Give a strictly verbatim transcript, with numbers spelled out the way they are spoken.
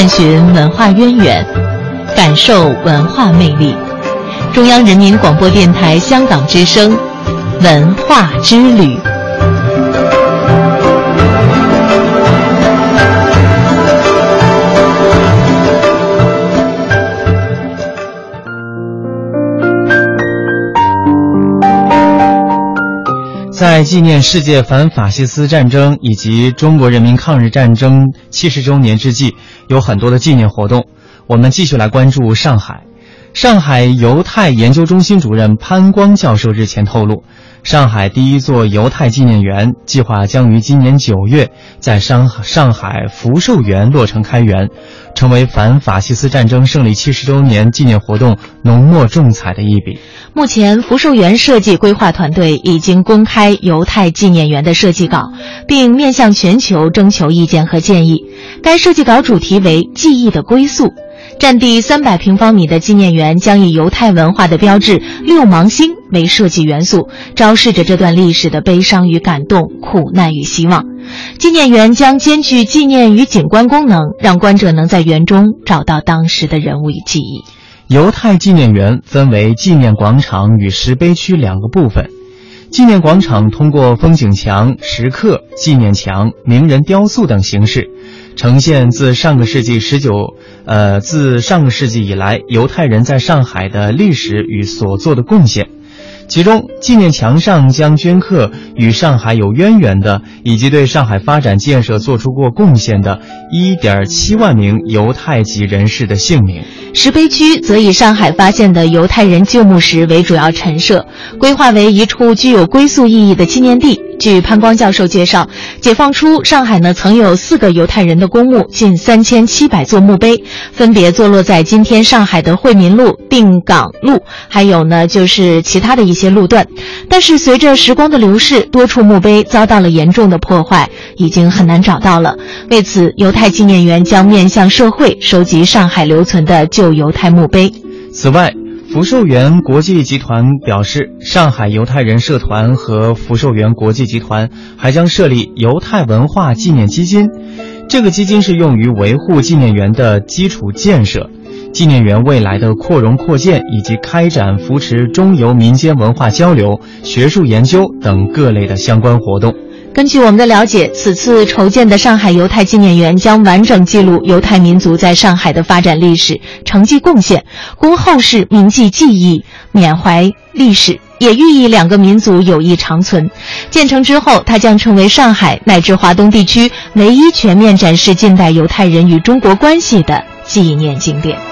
寻文化渊源，感受文化魅力。中央人民广播电台香港之声，文化之旅。 在纪念世界反法西斯战争以及中国人民抗日战争七十周年之际，有很多的纪念活动。我们继续来关注上海。上海犹太研究中心主任潘光教授日前透露，上海第一座犹太纪念园计划将于今年九月在上上海福寿园落成开园，成为反法西斯战争胜利七十周年纪念活动浓墨重彩的一笔。 目前福寿园设计规划团队已经公开犹太纪念园的设计稿，并面向全球征求意见和建议。该设计稿主题为记忆的归宿。占地三百平方米的纪念园将以犹太文化的标志六芒星为设计元素，昭示着这段历史的悲伤与感动、苦难与希望。纪念园将兼具纪念与景观功能，让观者能在园中找到当时的人物与记忆。 犹太纪念园分为纪念广场与石碑区两个部分。纪念广场通过风景墙、石刻、纪念墙、名人雕塑等形式，呈现自上个世纪十九，呃，自上个世纪以来犹太人在上海的历史与所做的贡献。其中，纪念墙上将镌刻与上海有渊源的，以及对上海发展建设做出过贡献的 一点七万名犹太籍人士的姓名。 石碑区则以上海发现的犹太人旧墓石为主要陈设，规划为一处具有归宿意义的纪念地。据潘光教授介绍，解放初上海呢曾有四个犹太人的公墓，近三千七百座墓碑，分别坐落在今天上海的惠民路、定港路，还有呢就是其他的一些路段。但是随着时光的流逝，多处墓碑遭到了严重的破坏，已经很难找到了。为此，犹太纪念园将面向社会收集上海留存的旧犹太墓碑。 此外，福寿园国际集团表示，上海犹太人社团和福寿园国际集团还将设立犹太文化纪念基金，这个基金是用于维护纪念园的基础建设、纪念园未来的扩容扩建以及开展扶持中犹民间文化交流、学术研究等各类的相关活动。 根据我们的了解，此次筹建的上海犹太纪念园将完整记录犹太民族在上海的发展历史、成绩贡献，供后世铭记记忆、缅怀历史，也寓意两个民族友谊长存。建成之后，它将成为上海乃至华东地区唯一全面展示近代犹太人与中国关系的纪念景点。